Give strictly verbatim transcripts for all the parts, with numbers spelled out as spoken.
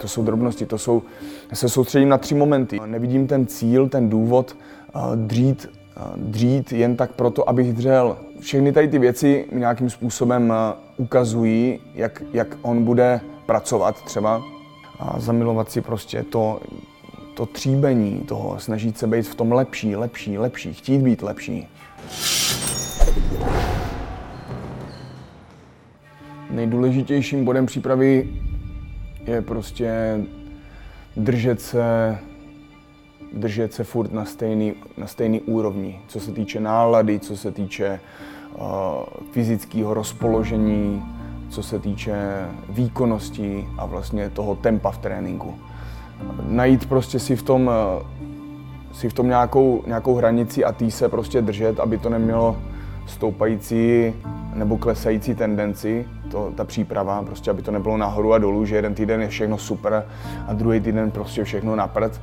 To jsou drobnosti, to jsou, já se soustředím na tři momenty. Nevidím ten cíl, ten důvod dřít, dřít jen tak proto, abych dřel. Všechny tady ty věci mi nějakým způsobem ukazují, jak, jak on bude pracovat třeba. A zamilovat si prostě to, to tříbení toho, snažit se být v tom lepší, lepší, lepší, chtít být lepší. Nejdůležitějším bodem přípravy je prostě držet se, držet se furt na stejný, na stejný úrovni, co se týče nálady, co se týče uh, fyzického rozpoložení, co se týče výkonnosti a vlastně toho tempa v tréninku. Najít prostě si v tom, uh, si v tom nějakou, nějakou hranici a tý se prostě držet, aby to nemělo stoupající nebo klesající tendenci, to, ta příprava, prostě aby to nebylo nahoru a dolů, že jeden týden je všechno super a druhý týden prostě všechno na prd.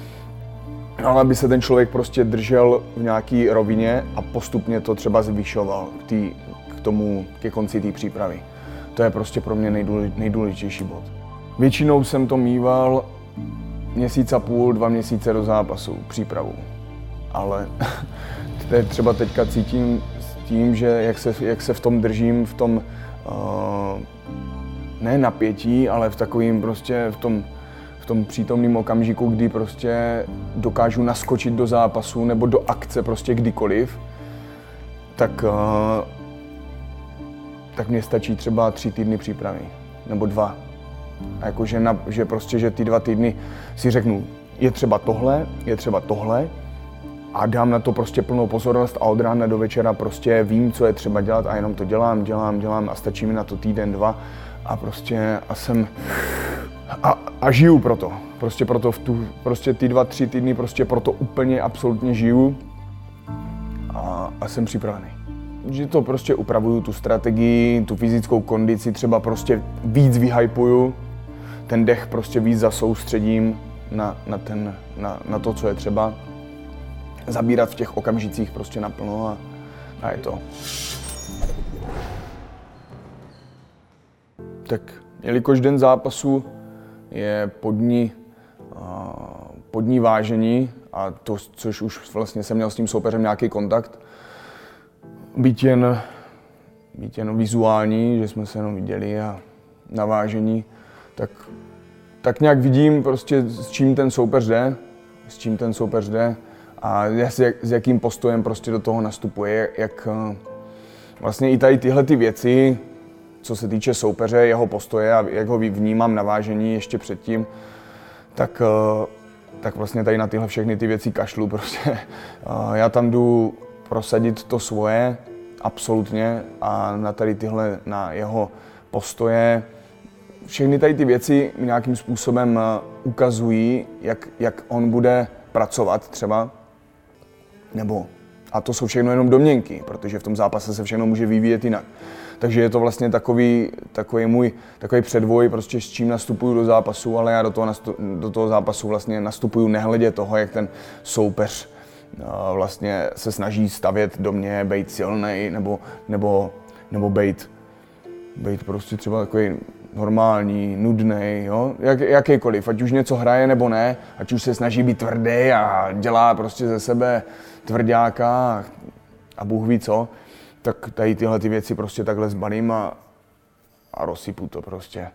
Ale aby se ten člověk prostě držel v nějaký rovině a postupně to třeba zvyšoval k, tý, k tomu, ke konci té přípravy. To je prostě pro mě nejdůležitější bod. Většinou jsem to mýval měsíc a půl, dva měsíce do zápasu, přípravu. Ale třeba teďka cítím tím, že jak se, jak se v tom držím, v tom uh, ne napětí, ale v takovým prostě v tom, v tom přítomném okamžiku, kdy prostě dokážu naskočit do zápasu nebo do akce prostě kdykoliv, tak, uh, tak mně stačí třeba tři týdny přípravy, nebo dva. A jakože na, že prostě, že ty dva týdny si řeknu, je třeba tohle, je třeba tohle, a dám na to prostě plnou pozornost a od rána do večera prostě vím, co je třeba dělat a jenom to dělám, dělám, dělám a stačí mi na to týden, dva a prostě a jsem a, a žiju proto. Prostě proto v tu, prostě ty dva, tři týdny prostě proto úplně absolutně žiju a, a jsem připravený. Že to prostě upravuju tu strategii, tu fyzickou kondici, třeba prostě víc vyhypuju, ten dech prostě víc zasoustředím na, na, ten, na, na to, co je třeba. Zabírat v těch okamžicích prostě naplno a, a je to. Tak jelikož den zápasu je podní, podní vážení a to, což už vlastně jsem měl s tím soupeřem nějaký kontakt, být jen, být jen vizuální, že jsme se jenom viděli a na vážení, tak, tak nějak vidím prostě s čím ten soupeř jde, s čím ten soupeř jde. A s jakým postojem prostě do toho nastupuje, jak vlastně i tady tyhle ty věci, co se týče soupeře, jeho postoje a jak ho vnímám na vážení ještě předtím, tak, tak vlastně tady na tyhle všechny ty věci kašlu prostě. Já tam jdu prosadit to svoje, absolutně, a na tady tyhle, na jeho postoje. Všechny tady ty věci mi nějakým způsobem ukazují, jak, jak on bude pracovat třeba. Nebo, a to jsou všechno jenom domněnky, protože v tom zápase se všechno může vyvíjet jinak. Takže je to vlastně takový, takový můj takový předvoj, prostě s čím nastupuju do zápasu, ale já do toho, nastu, do toho zápasu vlastně nastupuju nehledě toho, jak ten soupeř uh, vlastně se snaží stavět do mě, být silnej, nebo, nebo, nebo být, být prostě třeba takový normální, nudnej, jo? Jak, jakýkoliv, ať už něco hraje nebo ne, ať už se snaží být tvrdý a dělá prostě ze sebe tvrďáka a Bůh ví co, tak tady tyhle ty věci prostě takhle zbalím a, a rozsypu to prostě.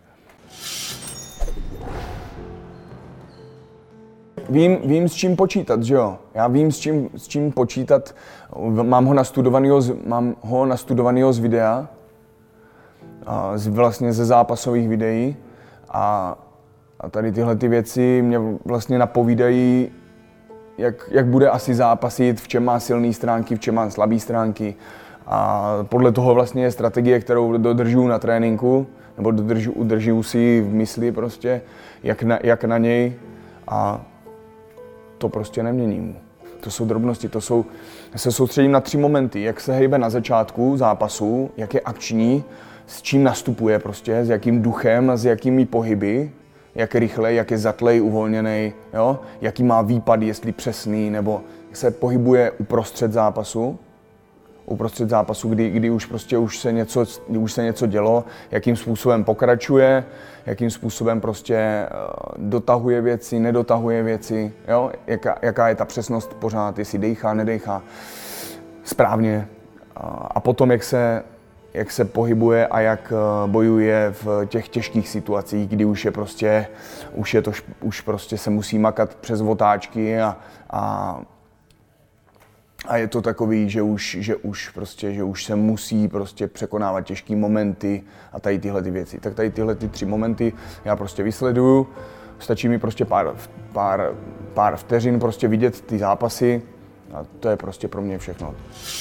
Vím, vím, s čím počítat, že jo? Já vím, s čím, s čím počítat, mám ho nastudovanýho, mám ho nastudovanýho z videa, z, vlastně ze zápasových videí a, a tady tyhle ty věci mě vlastně napovídají, jak, jak bude asi zápasit, v čem má silné stránky, v čem má slabé stránky. A podle toho vlastně je strategie, kterou dodržuju na tréninku, nebo dodržu, udržuju si v mysli prostě, jak na, jak na něj, a to prostě neměním. To jsou drobnosti, to jsou, já se soustředím na tři momenty, jak se hejbe na začátku zápasu, jak je akční, s čím nastupuje prostě, s jakým duchem a s jakými pohyby, jak rychle, jak je zatlej, uvolněnej, jo? Jaký má výpad, jestli přesný, nebo jak se pohybuje uprostřed zápasu, uprostřed zápasu, kdy, kdy už prostě už se, něco, už se něco dělo, jakým způsobem pokračuje, jakým způsobem prostě dotahuje věci, nedotahuje věci, jo? Jaká, jaká je ta přesnost pořád, jestli dejchá, nedejchá správně. A potom, jak se, jak se pohybuje a jak bojuje v těch těžkých situacích, kdy už je prostě, už je to, už prostě se musí makat přes otáčky a, a A je to takový, že už, že už prostě, že už se musí prostě překonávat těžké momenty a tady tyhle ty věci. Tak tady tyhle ty tři momenty já prostě vysleduju. Stačí mi prostě pár, pár, pár vteřin prostě vidět ty zápasy a to je prostě pro mě všechno.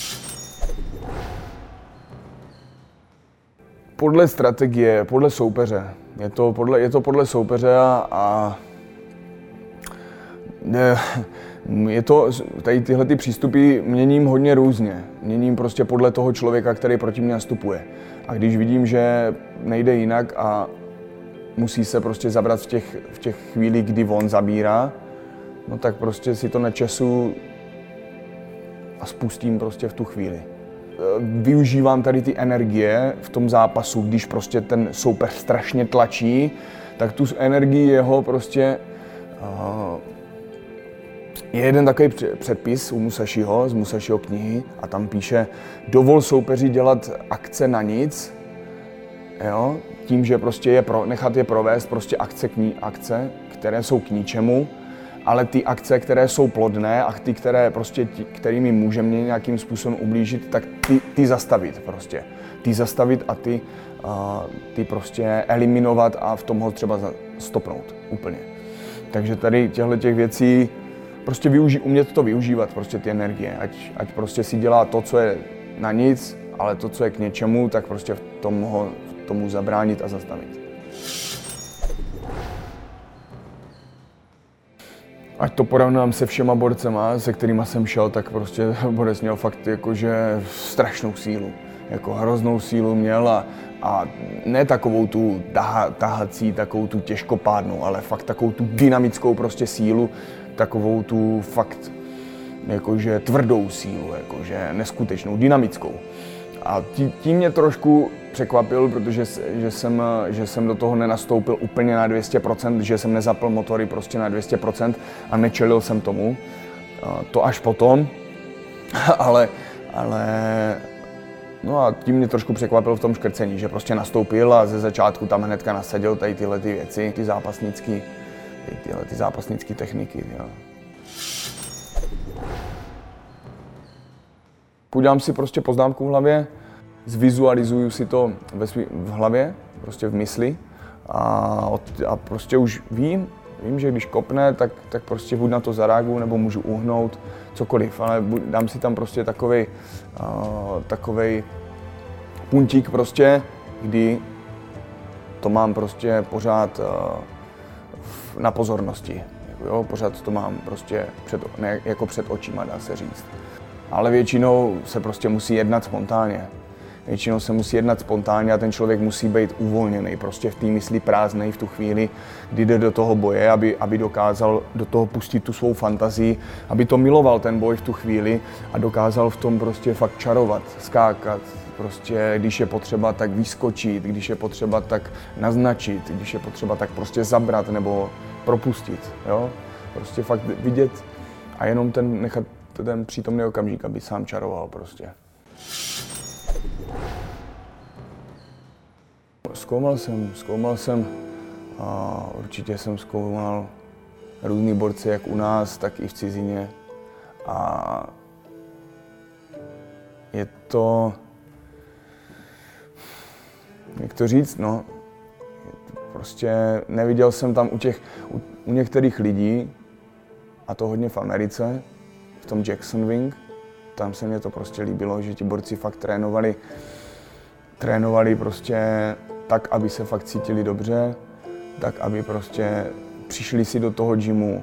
Podle strategie, podle soupeře. Je to podle, je to podle soupeře a, a ne, je to, tady tyhle ty přístupy měním hodně různě. Měním prostě podle toho člověka, který proti mě nastupuje. A když vidím, že nejde jinak a musí se prostě zabrat v těch, v těch chvílích, kdy on zabírá, no tak prostě si to načesu a spustím prostě v tu chvíli. Využívám tady ty energie v tom zápasu, když prostě ten soupeř strašně tlačí, tak tu energii jeho prostě uh, je jeden takový předpis u Musashiho, z Musashiho knihy a tam píše: dovol soupeři dělat akce na nic, jo, tím, že prostě je pro, nechat je provést prostě akce, kní, akce, které jsou k ničemu, ale ty akce, které jsou plodné a ty, které prostě, tí, kterými můžeme nějakým způsobem ublížit, tak ty, ty zastavit prostě. Ty zastavit a ty, uh, ty prostě eliminovat a v tom ho třeba stopnout úplně. Takže tady těchto těch věcí prostě využí, umět to využívat, prostě ty energie, ať, ať prostě si dělá to, co je na nic, ale to, co je k něčemu, tak prostě v tom ho, v tomu zabránit a zastavit. Ať to porovnám se všema borcema, se kterýma jsem šel, tak prostě borec měl fakt jakože strašnou sílu, jako hroznou sílu měl a, a ne takovou tu taha, tahací, takovou tu těžkopádnou, ale fakt takovou tu dynamickou prostě sílu, takovou tu fakt jakože tvrdou sílu, jakože neskutečnou, dynamickou. A tí, tím mě trošku překvapil, protože že jsem, že jsem do toho nenastoupil úplně na dvě stě procent, že jsem nezapl motory prostě na dvě stě procent a nečelil jsem tomu. To až potom, ale, ale no a tím mě trošku překvapil v tom škrcení, že prostě nastoupil a ze začátku tam hnedka nasadil tady tyhle ty věci, ty zápasnické, tyhle ty zápasnické techniky. Jo. Udělám si prostě poznámku v hlavě, zvizualizuju si to ve svý, v hlavě, prostě v mysli a, a prostě už vím, vím, že když kopne, tak, tak prostě buď na to zareaguju, nebo můžu uhnout, cokoliv, ale dám si tam prostě takovej, uh, takovej puntík prostě, kdy to mám prostě pořád uh, na pozornosti, jako jo, pořád to mám prostě před, ne, jako před očima, dá se říct. Ale většinou se prostě musí jednat spontánně. Většinou se musí jednat spontánně a ten člověk musí být uvolněný, prostě v té mysli prázdnej v tu chvíli, kdy jde do toho boje, aby, aby dokázal do toho pustit tu svou fantazii, aby to miloval ten boj v tu chvíli a dokázal v tom prostě fakt čarovat, skákat, prostě když je potřeba, tak vyskočit, když je potřeba, tak naznačit, když je potřeba, tak prostě zabrat nebo propustit, jo? Prostě fakt vidět a jenom ten nechat ten přítomný okamžik, aby sám čaroval prostě. Zkoumal jsem, zkoumal jsem a určitě jsem zkoumal různý borci, jak u nás, tak i v cizině. A je to, jak to říct, no, prostě neviděl jsem tam u těch, u, u některých lidí, a to hodně v Americe, v tom Jackson Wing, tam se mně to prostě líbilo, že ti borci fakt trénovali, trénovali prostě tak, aby se fakt cítili dobře, tak, aby prostě přišli si do toho gymu,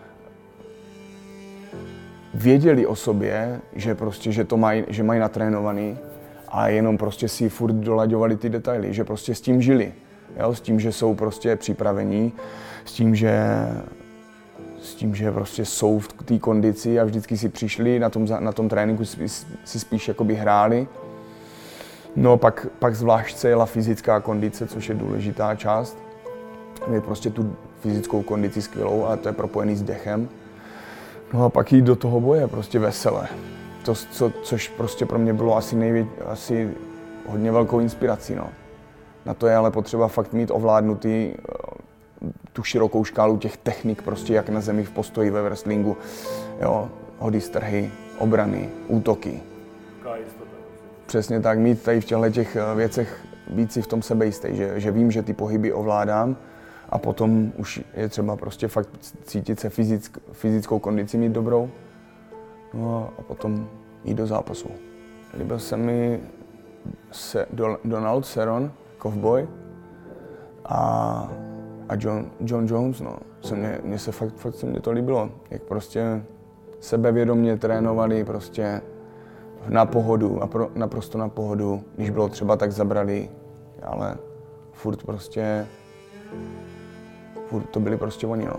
věděli o sobě, že prostě, že to mají, že mají natrénovaný a jenom prostě si furt dolaďovali ty detaily, že prostě s tím žili, jo? S tím, že jsou prostě připravení, s tím, že s tím, že prostě jsou v té kondici a vždycky si přišli, na tom, na tom tréninku si, si spíš jakoby hráli. No pak, pak zvlášť se jela fyzická kondice, což je důležitá část. Mít prostě tu fyzickou kondici skvělou a to je propojený s dechem. No a pak jít do toho boje, prostě vesele. To, co, což prostě pro mě bylo asi, nejvě, asi hodně velkou inspirací. No. Na to je ale potřeba fakt mít ovládnutý tu širokou škálu těch technik, prostě jak na zemi v postoji ve wrestlingu. Jo, hody, strhy, obrany, útoky. Přesně tak, mít tady v těchto těch věcech být si v tom sebejistý, že, že vím, že ty pohyby ovládám a potom už je třeba prostě fakt cítit se fyzick, fyzickou kondici mít dobrou. No a potom jít do zápasu. Líbil se mi se, Donald Cerrone, Cowboy a, a John, John Jones. No. Se mě, mě se fakt, fakt se mě to líbilo, jak prostě sebevědomě trénovali prostě na pohodu, a pro, naprosto na pohodu, když bylo třeba, tak zabrali, ale furt prostě, furt to byli prostě oni, no.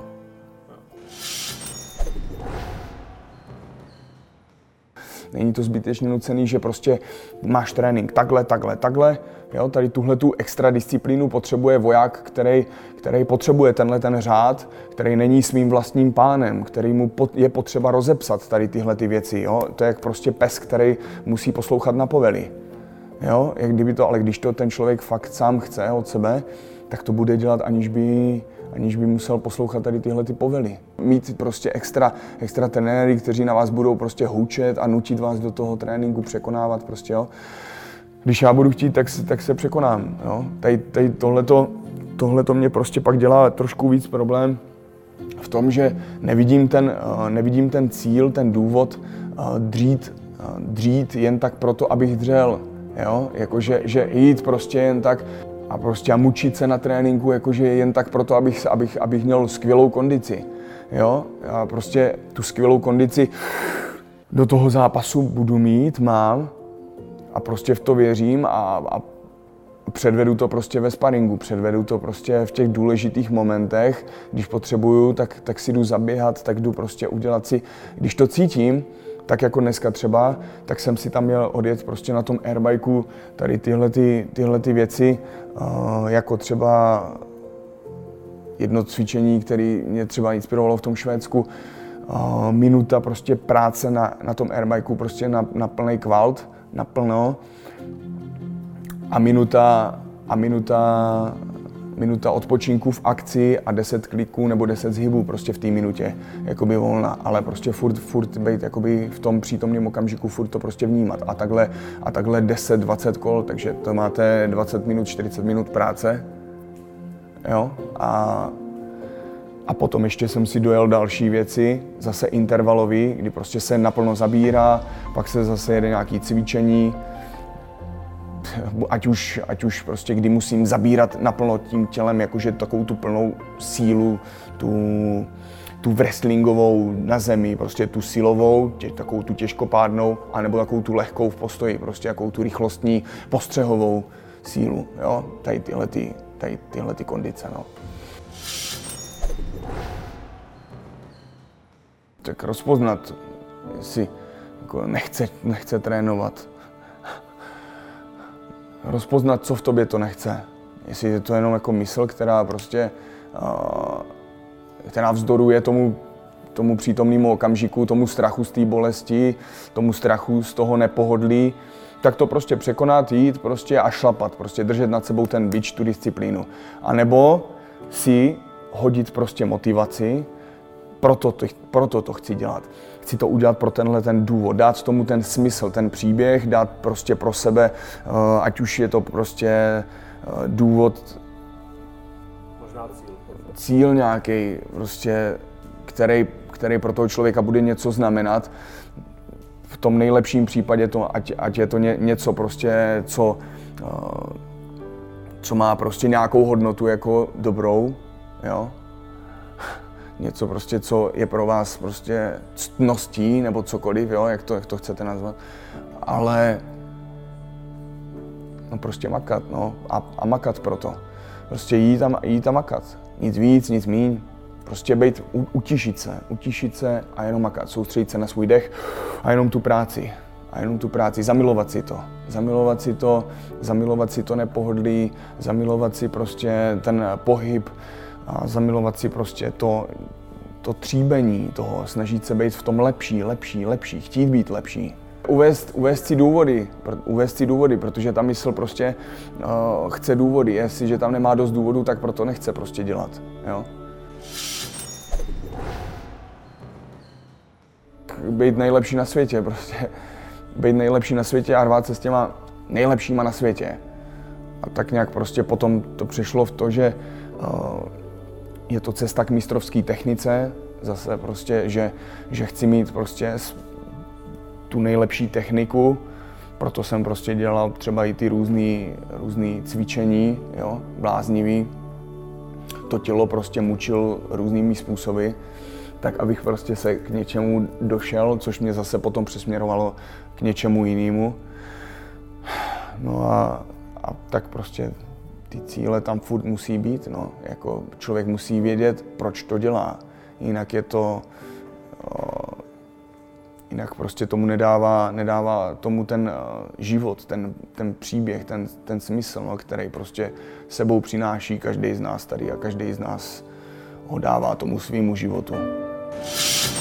Není to zbytečně nucený, že prostě máš trénink takhle, takhle, takhle, jo, tady tuhle tu extra disciplínu potřebuje voják, který, který potřebuje tenhle ten řád, který není svým vlastním pánem, který mu je potřeba rozepsat tady tyhle ty věci, jo. To je jak prostě pes, který musí poslouchat na povely, jo, jak kdyby to, ale když to ten člověk fakt sám chce od sebe, tak to bude dělat, aniž by, aniž by musel poslouchat tady tyhle ty povely. Mít prostě extra, extra trenéry, kteří na vás budou prostě houčet a nutit vás do toho tréninku překonávat prostě, jo. Když já budu chtít, tak, tak se překonám, jo. Tady, tady tohleto, tohleto mě prostě pak dělá trošku víc problém v tom, že nevidím ten, nevidím ten cíl, ten důvod dřít, dřít jen tak proto, abych dřel, jo. Jakože že jít prostě jen tak a prostě a mučit se na tréninku, jakože jen tak proto, abych, abych, abych měl skvělou kondici, jo. Já prostě tu skvělou kondici do toho zápasu budu mít, mám a prostě v to věřím a, a předvedu to prostě ve sparingu, předvedu to prostě v těch důležitých momentech, když potřebuju, tak, tak si jdu zaběhat, tak jdu prostě udělat si, když to cítím, tak jako dneska třeba, tak jsem si tam měl odjet prostě na tom airbikeu tady tyhle, ty, tyhle ty věci, uh, jako třeba jedno cvičení, které mě třeba inspirovalo v tom Švédsku, uh, minuta prostě práce na, na tom airbikeu, prostě na, na plný kvalt, naplno a minuta, a minuta, minuta odpočinku v akci a deset kliků nebo deset zhybů prostě v té minutě, jakoby volna, ale prostě furt, furt být jakoby v tom přítomném okamžiku, furt to prostě vnímat a takhle, a takhle deset dvacet kol, takže to máte dvacet minut, čtyřicet minut práce, jo, a A potom ještě jsem si dojel další věci, zase intervalový, kdy prostě se naplno zabírá, pak se zase jede nějaké cvičení, ať už, ať už prostě kdy musím zabírat naplno tím tělem, jakože takovou tu plnou sílu, tu, tu wrestlingovou na zemi, prostě tu silovou, tě, takovou tu těžkopádnou, anebo takovou tu lehkou v postoji, prostě takovou tu rychlostní postřehovou sílu, jo, tady tyhle, ty, tady tyhle ty kondice, no. Tak rozpoznat, jestli jako nechce, nechce trénovat. Rozpoznat, co v tobě to nechce. Jestli je to jenom jako mysl, která prostě, uh, která vzdoruje tomu, tomu přítomnému okamžiku, tomu strachu z té bolesti, tomu strachu z toho nepohodlí, tak to prostě překonat, jít prostě a šlapat, prostě držet nad sebou ten bič, tu disciplínu. A nebo si hodit prostě motivaci, Proto to, proto to chci dělat. Chci to udělat pro tenhle ten důvod, dát tomu ten smysl, ten příběh, dát prostě pro sebe, ať už je to prostě důvod, možná cíl, cíl nějaký, prostě, který, který pro toho člověka bude něco znamenat. V tom nejlepším případě to, ať, ať je to ně, něco prostě, co, co má prostě nějakou hodnotu jako dobrou, jo. Něco prostě, co je pro vás prostě ctností nebo cokoliv, jo, jak to, jak to chcete nazvat, ale no prostě makat, no, a, a makat proto. Prostě jít a, jít a makat, nic víc, nic míň, Prostě být, utišit se, utišit se a jenom makat, soustředit se na svůj dech a jenom tu práci. A jenom tu práci, zamilovat si to. Zamilovat si to, zamilovat si to nepohodlí, zamilovat si prostě ten pohyb a zamilovat si prostě to, to tříbení toho, snažit se být v tom lepší, lepší, lepší, chtít být lepší. Uvést, uvést si důvody, uvést si důvody, protože ta mysl prostě uh, chce důvody. Jestliže tam nemá dost důvodů, tak proto nechce prostě dělat. Jo? Být nejlepší na světě, prostě. Být nejlepší na světě a rvát se s těma nejlepšíma na světě. A tak nějak prostě potom to přešlo v to, že uh, je to cesta k mistrovské technice, zase prostě, že, že chci mít prostě tu nejlepší techniku, proto jsem prostě dělal třeba i ty různý, různý cvičení, jo, bláznivý. To tělo prostě mučil různými způsoby, tak abych prostě se k něčemu došel, což mě zase potom přesměrovalo k něčemu jinému. No a, a tak prostě ty cíle tam furt musí být, no. Jako člověk musí vědět, proč to dělá. Jinak je to, o, jinak prostě tomu nedává, nedává tomu ten uh, život, ten, ten příběh, ten, ten smysl, no, který prostě sebou přináší každý z nás tady a každý z nás ho dává tomu svýmu životu.